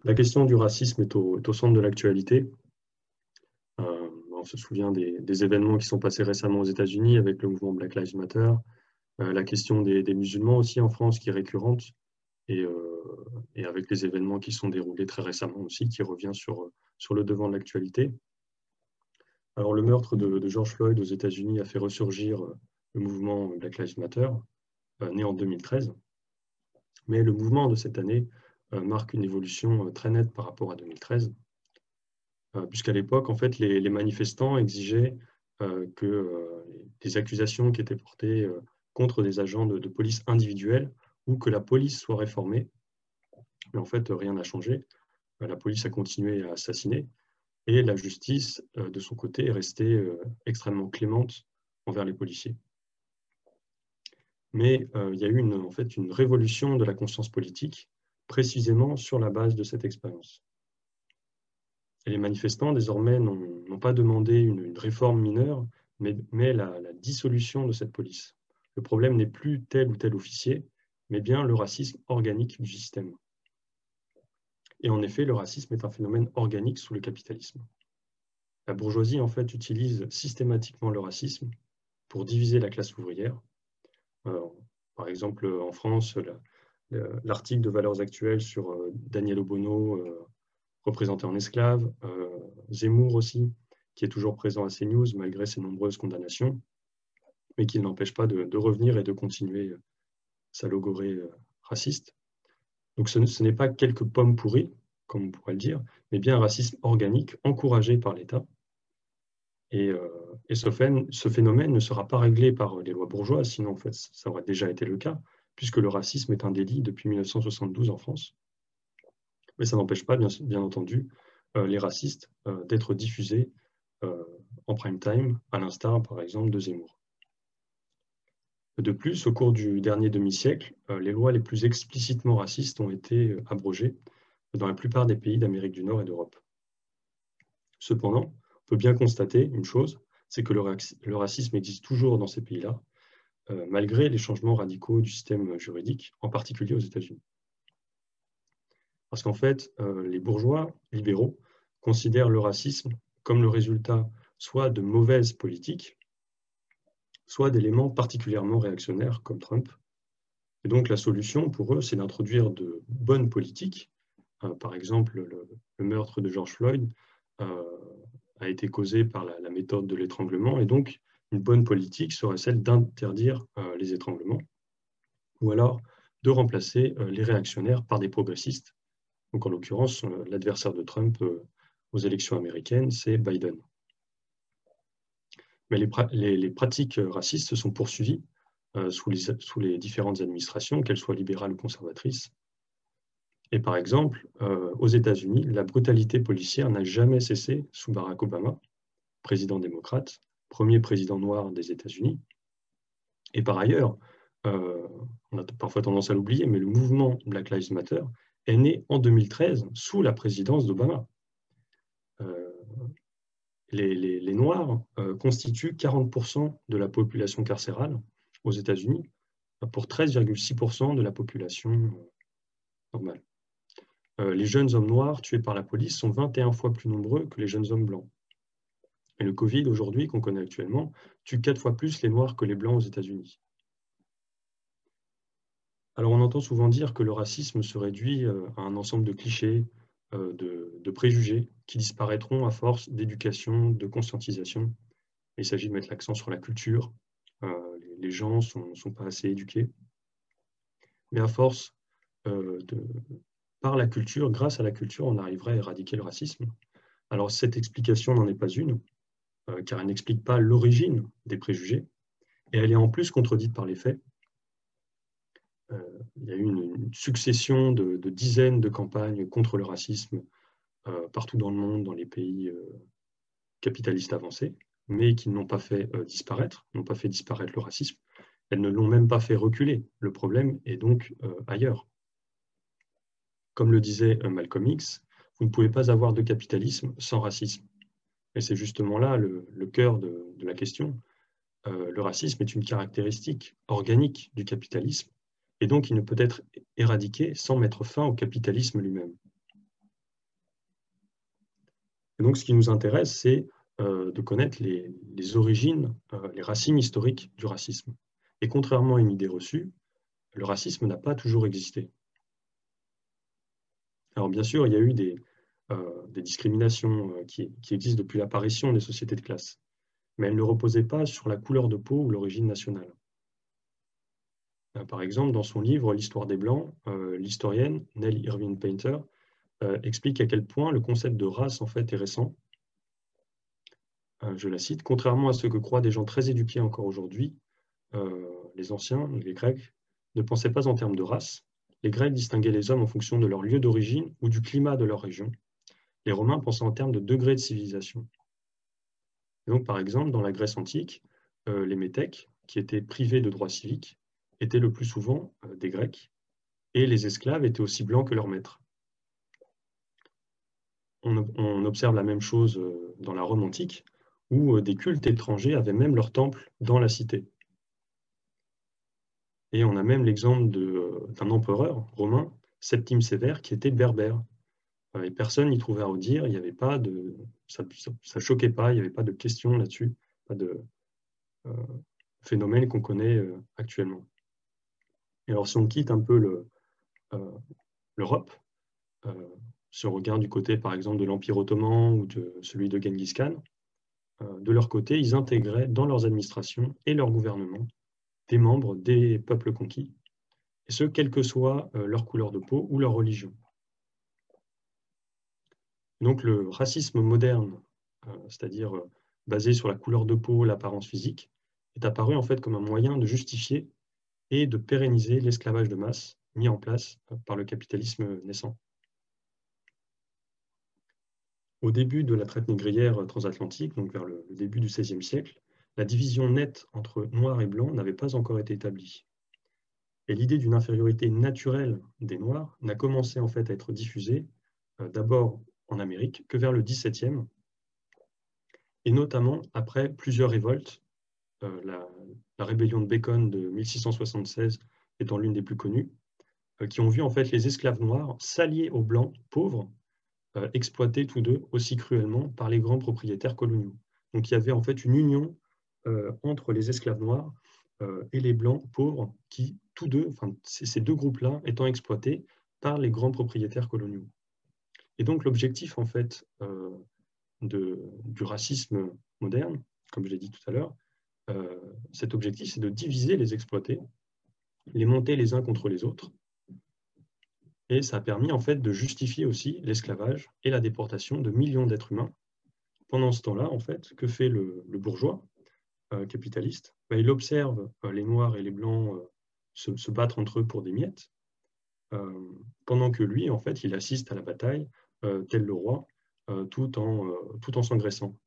La question du racisme est au centre de l'actualité. On se souvient des événements qui sont passés récemment aux États-Unis avec le mouvement Black Lives Matter, la question des musulmans aussi en France qui est récurrente, et, et avec les événements qui sont déroulés très récemment aussi, qui revient sur le devant de l'actualité. Alors le meurtre de George Floyd aux États-Unis a fait ressurgir le mouvement Black Lives Matter, né en 2013. Mais le mouvement de cette année marque une évolution très nette par rapport à 2013, puisqu'à l'époque, en fait, les manifestants exigeaient que les accusations qui étaient portées contre des agents de police individuels ou que la police soit réformée. Mais en fait, rien n'a changé. La police a continué à assassiner et la justice, de son côté, est restée extrêmement clémente envers les policiers. Mais il y a eu en fait une révolution de la conscience politique, précisément sur la base de cette expérience. Et les manifestants, désormais, n'ont pas demandé une réforme mineure, mais la dissolution de cette police. Le problème n'est plus tel ou tel officier, mais bien le racisme organique du système. Et en effet, le racisme est un phénomène organique sous le capitalisme. La bourgeoisie, en fait, utilise systématiquement le racisme pour diviser la classe ouvrière. Par exemple, en France, l'article de Valeurs Actuelles sur Daniel Obono, représenté en esclave, Zemmour aussi, qui est toujours présent à CNews malgré ses nombreuses condamnations, mais qui ne l'empêche pas de revenir et de continuer sa logorée raciste. Donc ce n'est pas quelques pommes pourries, comme on pourrait le dire, mais bien un racisme organique encouragé par l'État. Et ce phénomène ne sera pas réglé par les lois bourgeoises, sinon en fait, ça aurait déjà été le cas, puisque le racisme est un délit depuis 1972 en France. Mais ça n'empêche pas, bien entendu, les racistes d'être diffusés en prime time, à l'instar, par exemple, de Zemmour. De plus, au cours du dernier demi-siècle, les lois les plus explicitement racistes ont été abrogées dans la plupart des pays d'Amérique du Nord et d'Europe. Cependant, on peut bien constater une chose, c'est que le racisme existe toujours dans ces pays-là, malgré les changements radicaux du système juridique, en particulier aux États-Unis. Parce qu'en fait, les bourgeois libéraux considèrent le racisme comme le résultat soit de mauvaises politiques, soit d'éléments particulièrement réactionnaires comme Trump. Et donc la solution pour eux, c'est d'introduire de bonnes politiques. Par exemple, le meurtre de George Floyd a été causé par la méthode de l'étranglement, et donc une bonne politique serait celle d'interdire les étranglements, ou alors de remplacer les réactionnaires par des progressistes. Donc en l'occurrence, l'adversaire de Trump aux élections américaines, c'est Biden. Mais les pratiques racistes se sont poursuivies sous les différentes administrations, qu'elles soient libérales ou conservatrices. Et par exemple, aux États-Unis, la brutalité policière n'a jamais cessé sous Barack Obama, président démocrate, premier président noir des États-Unis. Et par ailleurs, on a parfois tendance à l'oublier, mais le mouvement Black Lives Matter est né en 2013 sous la présidence d'Obama. Les Noirs constituent 40% de la population carcérale aux États-Unis pour 13,6% de la population normale. Les jeunes hommes noirs tués par la police sont 21 fois plus nombreux que les jeunes hommes blancs. Et le Covid, aujourd'hui, qu'on connaît actuellement, tue 4 fois plus les Noirs que les Blancs aux États-Unis. Alors on entend souvent dire que le racisme se réduit à un ensemble de clichés, de préjugés qui disparaîtront à force d'éducation, de conscientisation. Il s'agit de mettre l'accent sur la culture. Les gens ne sont pas assez éduqués. Mais à force, par la culture, grâce à la culture, on arriverait à éradiquer le racisme. Alors cette explication n'en est pas une, car elle n'explique pas l'origine des préjugés, et elle est en plus contredite par les faits. Il y a eu une succession de dizaines de campagnes contre le racisme partout dans le monde, dans les pays capitalistes avancés, mais qui n'ont pas fait disparaître, le racisme. Elles ne l'ont même pas fait reculer. Le problème est donc ailleurs. Comme le disait Malcolm X, vous ne pouvez pas avoir de capitalisme sans racisme. Et c'est justement là le cœur de la question. Le racisme est une caractéristique organique du capitalisme, et donc il ne peut être éradiqué sans mettre fin au capitalisme lui-même. Donc, ce qui nous intéresse, c'est de connaître les origines, les racines historiques du racisme. Et contrairement à une idée reçue, le racisme n'a pas toujours existé. Alors bien sûr, il y a eu des discriminations qui existent depuis l'apparition des sociétés de classe, mais elles ne reposaient pas sur la couleur de peau ou l'origine nationale. Par exemple, dans son livre « L'histoire des Blancs », l'historienne Nell Irving Painter explique à quel point le concept de race en fait est récent. Je la cite, « Contrairement à ce que croient des gens très éduqués encore aujourd'hui, les anciens, les Grecs, ne pensaient pas en termes de race. Les Grecs distinguaient les hommes en fonction de leur lieu d'origine ou du climat de leur région. Les Romains pensaient en termes de degrés de civilisation. » Et donc, par exemple, dans la Grèce antique, les métèques, qui étaient privés de droits civiques, étaient le plus souvent des Grecs, et les esclaves étaient aussi blancs que leurs maîtres. On observe la même chose dans la Rome antique, où des cultes étrangers avaient même leur temple dans la cité. Et on a même l'exemple d'un empereur romain, Septime Sévère, qui était berbère. Et personne n'y trouvait à redire, il n'y avait pas de, ça choquait pas, il n'y avait pas de questions là-dessus, pas de phénomène qu'on connaît actuellement. Et alors si on quitte un peu l'Europe, si on regarde du côté par exemple de l'Empire ottoman ou de celui de Genghis Khan, de leur côté, ils intégraient dans leurs administrations et leur gouvernement des membres des peuples conquis, et ce, quelle que soit leur couleur de peau ou leur religion. Donc le racisme moderne, c'est-à-dire basé sur la couleur de peau, l'apparence physique, est apparu en fait comme un moyen de justifier et de pérenniser l'esclavage de masse mis en place par le capitalisme naissant. Au début de la traite négrière transatlantique, donc vers le début du XVIe siècle, la division nette entre noirs et blancs n'avait pas encore été établie. Et l'idée d'une infériorité naturelle des Noirs n'a commencé en fait à être diffusée d'abord en Amérique que vers le XVIIe, et notamment après plusieurs révoltes, la rébellion de Bacon de 1676 étant l'une des plus connues, qui ont vu en fait les esclaves noirs s'allier aux blancs pauvres, exploités tous deux aussi cruellement par les grands propriétaires coloniaux. Donc il y avait en fait une union entre les esclaves noirs et les blancs pauvres qui, tous deux, enfin, ces deux groupes-là étant exploités par les grands propriétaires coloniaux. Et donc l'objectif en fait du racisme moderne, comme je l'ai dit tout à l'heure, cet objectif c'est de diviser les exploités, les monter les uns contre les autres, et ça a permis en fait de justifier aussi l'esclavage et la déportation de millions d'êtres humains. Pendant ce temps-là, en fait, que fait le bourgeois capitaliste? Il observe les Noirs et les Blancs se battre entre eux pour des miettes, pendant que lui, en fait, il assiste à la bataille, tel le roi, tout en s'engraissant.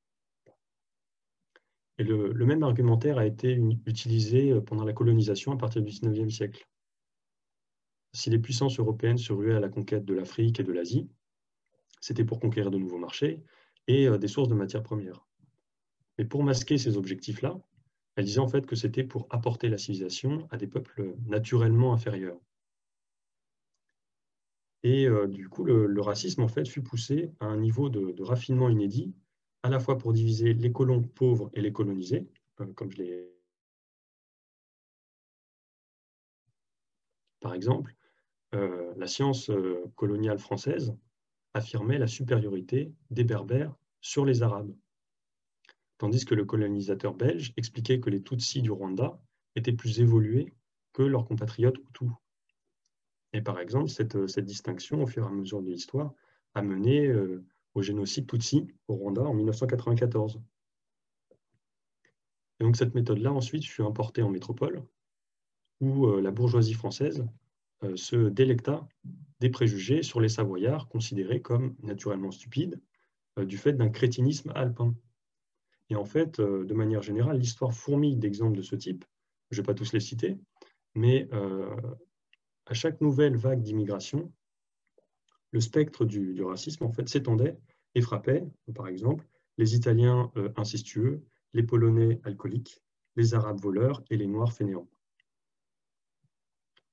Et le même argumentaire a été utilisé pendant la colonisation à partir du XIXe siècle. Si les puissances européennes se ruaient à la conquête de l'Afrique et de l'Asie, c'était pour conquérir de nouveaux marchés et des sources de matières premières. Mais pour masquer ces objectifs-là, elle disait en fait que c'était pour apporter la civilisation à des peuples naturellement inférieurs. Et du coup, le racisme en fait fut poussé à un niveau de raffinement inédit, à la fois pour diviser les colons pauvres et les colonisés, comme je l'ai. Par exemple, la science coloniale française affirmait la supériorité des Berbères sur les Arabes, tandis que le colonisateur belge expliquait que les Tutsis du Rwanda étaient plus évolués que leurs compatriotes Hutus. Et par exemple, cette distinction, au fur et à mesure de l'histoire, a mené au génocide Tutsi au Rwanda en 1994. Et donc cette méthode-là, ensuite, fut importée en métropole, où la bourgeoisie française se délecta des préjugés sur les Savoyards, considérés comme naturellement stupides, du fait d'un crétinisme alpin. Et en fait, de manière générale, l'histoire fourmille d'exemples de ce type. Je ne vais pas tous les citer, mais à chaque nouvelle vague d'immigration, le spectre du racisme en fait s'étendait et frappait, par exemple, les Italiens incestueux, les Polonais alcooliques, les Arabes voleurs et les Noirs fainéants.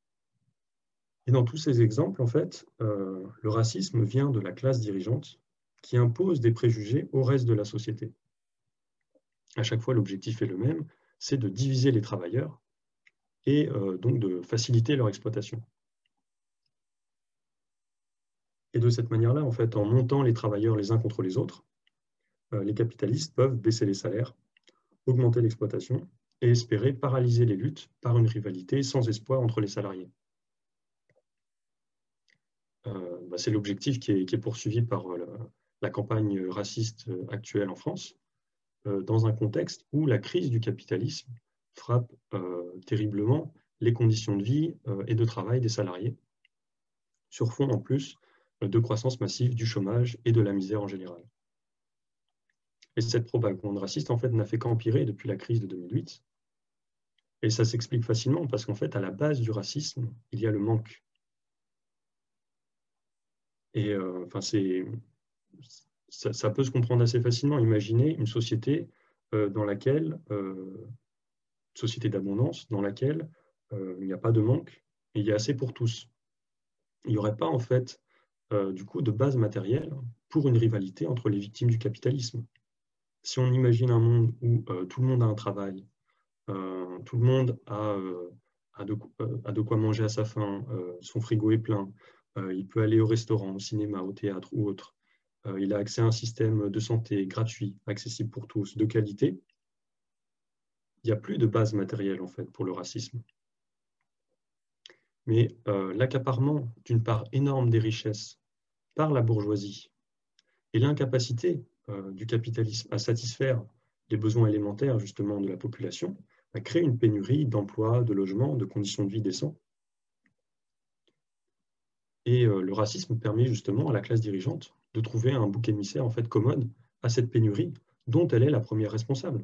Et dans tous ces exemples, en fait, le racisme vient de la classe dirigeante qui impose des préjugés au reste de la société. À chaque fois, l'objectif est le même, c'est de diviser les travailleurs et donc de faciliter leur exploitation. Et de cette manière-là, en fait, en montant les travailleurs les uns contre les autres, les capitalistes peuvent baisser les salaires, augmenter l'exploitation et espérer paralyser les luttes par une rivalité sans espoir entre les salariés. C'est l'objectif qui est poursuivi par la campagne raciste actuelle en France, dans un contexte où la crise du capitalisme frappe terriblement les conditions de vie et de travail des salariés, sur fond en plus de croissance massive du chômage et de la misère en général. Et cette propagande raciste, en fait, n'a fait qu'empirer depuis la crise de 2008. Et ça s'explique facilement parce qu'en fait, à la base du racisme, il y a le manque. Et ça peut se comprendre assez facilement. Imaginez une société dans laquelle, société d'abondance, dans laquelle il n'y a pas de manque et il y a assez pour tous. Il n'y aurait pas, en fait, du coup, de base matérielle pour une rivalité entre les victimes du capitalisme. Si on imagine un monde où tout le monde a un travail, tout le monde a de quoi manger à sa faim, son frigo est plein, il peut aller au restaurant, au cinéma, au théâtre ou autre, il a accès à un système de santé gratuit, accessible pour tous, de qualité, il n'y a plus de base matérielle en fait pour le racisme. Mais l'accaparement d'une part énorme des richesses par la bourgeoisie et l'incapacité du capitalisme à satisfaire les besoins élémentaires justement de la population a créé une pénurie d'emplois, de logements, de conditions de vie décents. Et le racisme permet justement à la classe dirigeante de trouver un bouc émissaire en fait commode à cette pénurie dont elle est la première responsable.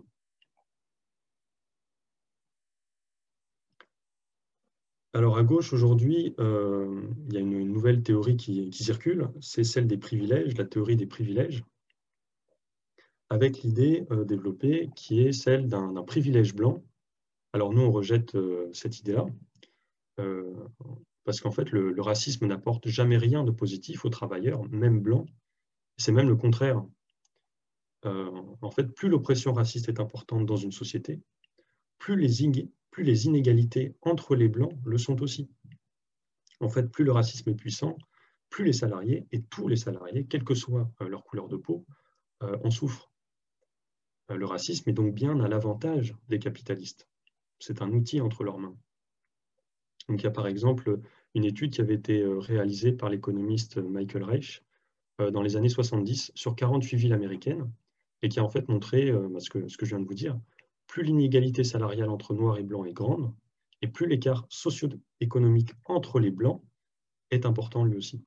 Alors à gauche aujourd'hui, il y a une nouvelle théorie qui circule, c'est celle des privilèges, la théorie des privilèges, avec l'idée développée qui est celle d'un privilège blanc. Alors nous, on rejette cette idée-là, parce qu'en fait, le racisme n'apporte jamais rien de positif aux travailleurs, même blancs. C'est même le contraire. En fait, plus l'oppression raciste est importante dans une société, plus les inégalités entre les blancs le sont aussi. En fait, plus le racisme est puissant, plus les salariés, et tous les salariés, quelle que soit leur couleur de peau, en souffrent. Le racisme est donc bien à l'avantage des capitalistes. C'est un outil entre leurs mains. Donc, il y a par exemple une étude qui avait été réalisée par l'économiste Michael Reich dans les années 70 sur 48 villes américaines et qui a en fait montré ce que je viens de vous dire. Plus l'inégalité salariale entre noirs et blancs est grande, et plus l'écart socio-économique entre les blancs est important lui aussi.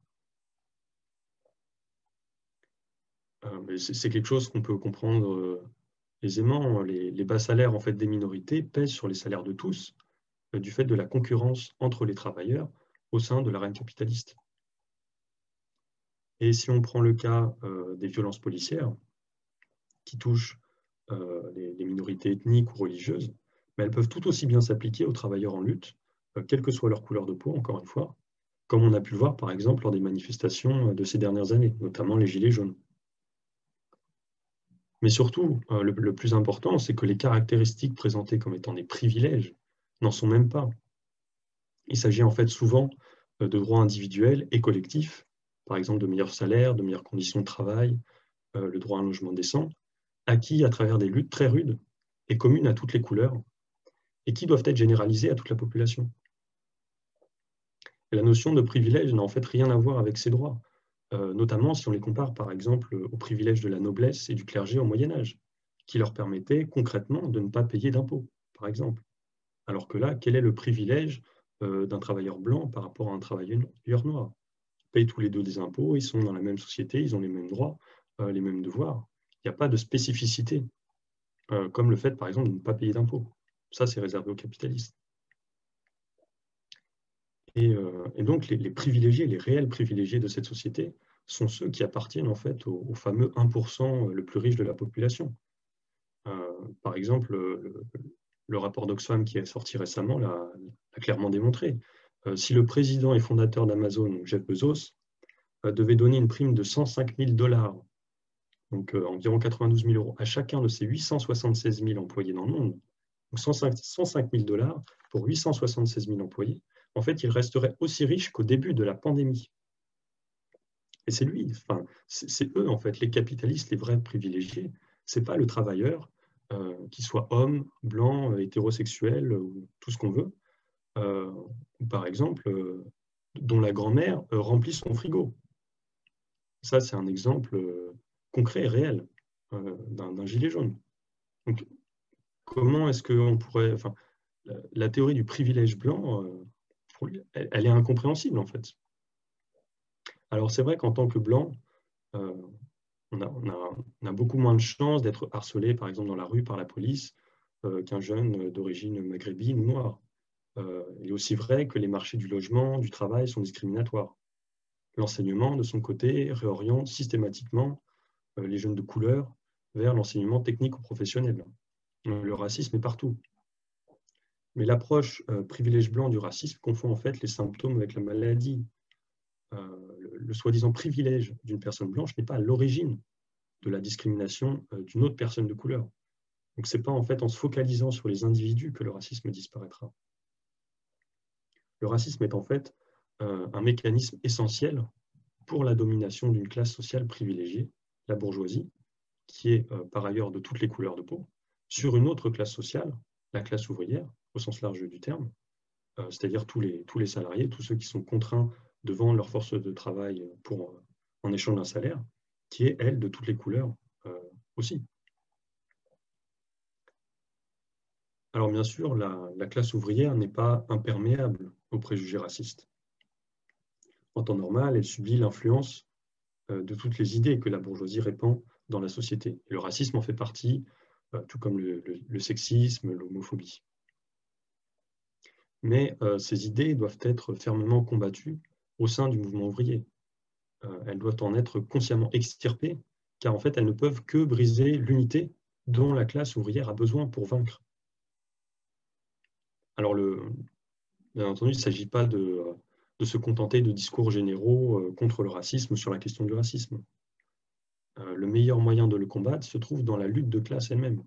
C'est quelque chose qu'on peut comprendre aisément. Les bas salaires en fait, des minorités pèsent sur les salaires de tous du fait de la concurrence entre les travailleurs au sein de l'arène capitaliste. Et si on prend le cas des violences policières qui touchent les minorités ethniques ou religieuses, mais elles peuvent tout aussi bien s'appliquer aux travailleurs en lutte, quelle que soit leur couleur de peau, encore une fois, comme on a pu le voir par exemple lors des manifestations de ces dernières années, notamment les Gilets jaunes. Mais surtout, le plus important, c'est que les caractéristiques présentées comme étant des privilèges n'en sont même pas. Il s'agit en fait souvent de droits individuels et collectifs, par exemple de meilleurs salaires, de meilleures conditions de travail, le droit à un logement décent, acquis à travers des luttes très rudes et communes à toutes les couleurs, et qui doivent être généralisées à toute la population. Et la notion de privilège n'a en fait rien à voir avec ces droits, notamment si on les compare par exemple aux privilèges de la noblesse et du clergé au Moyen-Âge, qui leur permettaient concrètement de ne pas payer d'impôts, par exemple. Alors que là, quel est le privilège d'un travailleur blanc par rapport à un travailleur noir? Ils payent tous les deux des impôts, ils sont dans la même société, ils ont les mêmes droits, les mêmes devoirs. Il n'y a pas de spécificité, comme le fait par exemple de ne pas payer d'impôts. Ça, c'est réservé aux capitalistes. Et donc, les privilégiés, les réels privilégiés de cette société sont ceux qui appartiennent en fait au fameux 1% le plus riche de la population. Par exemple, le rapport d'Oxfam qui est sorti récemment l'a clairement démontré. Si le président et fondateur d'Amazon, Jeff Bezos, devait donner une prime de 105 000 $ donc environ 92 000 euros, à chacun de ces 876 000 employés dans le monde, donc 105 000 $ pour 876 000 employés, en fait, il resterait aussi riche qu'au début de la pandémie. Et c'est lui, enfin, c'est eux, en fait, les capitalistes, les vrais privilégiés. Ce n'est pas le travailleur, qu'il soit homme, blanc, hétérosexuel, ou tout ce qu'on veut, ou par exemple, dont la grand-mère remplit son frigo. Ça, c'est un exemple concret et réel d'un gilet jaune. Donc, comment est-ce qu'on pourrait... Enfin, la théorie du privilège blanc, elle est incompréhensible, en fait. Alors, c'est vrai qu'en tant que blanc, on a beaucoup moins de chances d'être harcelé, par exemple, dans la rue par la police qu'un jeune d'origine maghrébine ou noire. Il est aussi vrai que les marchés du logement, du travail sont discriminatoires. L'enseignement, de son côté, réoriente systématiquement les jeunes de couleur vers l'enseignement technique ou professionnel. Le racisme est partout. Mais l'approche privilège blanc du racisme confond en fait les symptômes avec la maladie. Le soi-disant privilège d'une personne blanche n'est pas à l'origine de la discrimination d'une autre personne de couleur. Donc ce n'est pas en fait en se focalisant sur les individus que le racisme disparaîtra. Le racisme est en fait un mécanisme essentiel pour la domination d'une classe sociale privilégiée, la bourgeoisie, qui est par ailleurs de toutes les couleurs de peau, sur une autre classe sociale, la classe ouvrière, au sens large du terme, c'est-à-dire tous les salariés, tous ceux qui sont contraints de vendre leur force de travail en échange d'un salaire, qui est, elle, de toutes les couleurs aussi. Alors bien sûr, la classe ouvrière n'est pas imperméable aux préjugés racistes. En temps normal, elle subit l'influence de toutes les idées que la bourgeoisie répand dans la société. Et le racisme en fait partie, tout comme le sexisme, l'homophobie. Mais ces idées doivent être fermement combattues au sein du mouvement ouvrier. Elles doivent en être consciemment extirpées, car en fait, elles ne peuvent que briser l'unité dont la classe ouvrière a besoin pour vaincre. Alors, bien entendu, il ne s'agit pas de se contenter de discours généraux contre le racisme ou sur la question du racisme. Le meilleur moyen de le combattre se trouve dans la lutte de classe elle-même.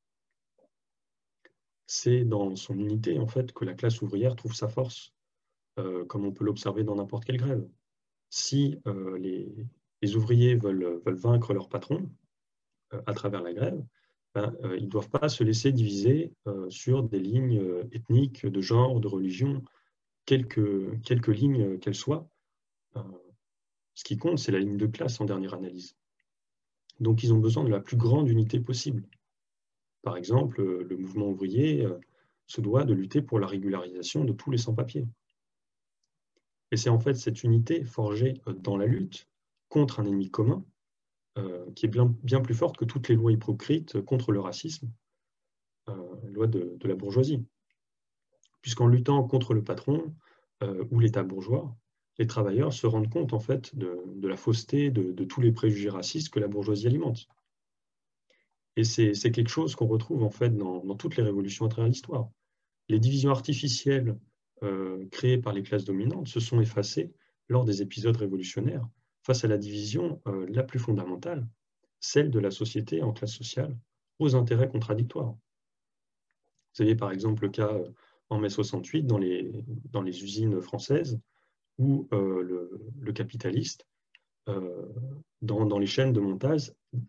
C'est dans son unité, en fait, que la classe ouvrière trouve sa force, comme on peut l'observer dans n'importe quelle grève. Si les ouvriers veulent vaincre leur patron à travers la grève, ils ne doivent pas se laisser diviser sur des lignes ethniques, de genre, de religion, quelques lignes qu'elles soient. Ce qui compte, c'est la ligne de classe en dernière analyse. Donc, ils ont besoin de la plus grande unité possible. Par exemple, le mouvement ouvrier se doit de lutter pour la régularisation de tous les sans-papiers. Et c'est en fait cette unité forgée dans la lutte contre un ennemi commun qui est bien plus forte que toutes les lois hypocrites contre le racisme, loi de la bourgeoisie. Puisqu'en luttant contre le patron ou l'État bourgeois, les travailleurs se rendent compte en fait de la fausseté de tous les préjugés racistes que la bourgeoisie alimente. Et c'est quelque chose qu'on retrouve en fait dans toutes les révolutions à travers l'histoire. Les divisions artificielles créées par les classes dominantes se sont effacées lors des épisodes révolutionnaires face à la division la plus fondamentale, celle de la société en classes sociales aux intérêts contradictoires. Vous avez par exemple le cas en mai 68 dans les usines françaises où le capitaliste, dans les chaînes de montage,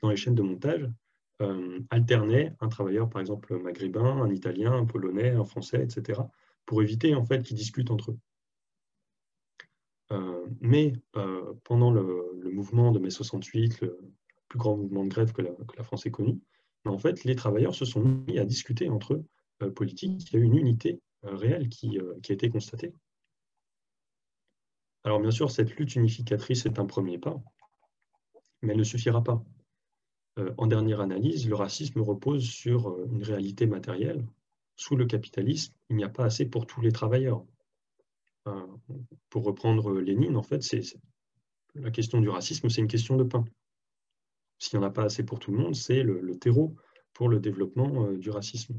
alternait un travailleur, par exemple, maghrébin, un italien, un polonais, un français, etc., pour éviter en fait qu'ils discutent entre eux. Mais pendant le mouvement de mai 68, le plus grand mouvement de grève que la France ait connu, en fait, les travailleurs se sont mis à discuter entre eux politique. Il y a eu une unité réelle qui a été constatée. Alors bien sûr, cette lutte unificatrice est un premier pas, mais elle ne suffira pas. En dernière analyse, le racisme repose sur une réalité matérielle. Sous le capitalisme, il n'y a pas assez pour tous les travailleurs. Pour reprendre Lénine, en fait, la question du racisme, c'est une question de pain. S'il n'y en a pas assez pour tout le monde, c'est le terreau pour le développement du racisme.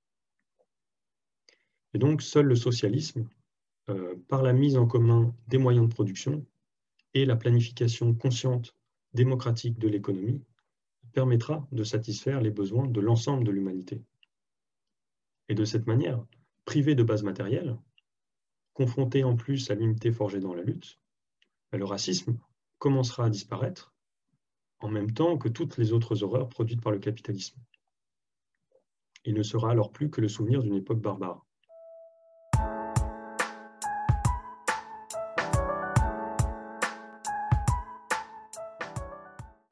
Et donc, seul le socialisme, par la mise en commun des moyens de production et la planification consciente, démocratique de l'économie, permettra de satisfaire les besoins de l'ensemble de l'humanité. Et de cette manière, privé de base matérielle, confronté en plus à l'unité forgée dans la lutte, le racisme commencera à disparaître en même temps que toutes les autres horreurs produites par le capitalisme. Il ne sera alors plus que le souvenir d'une époque barbare.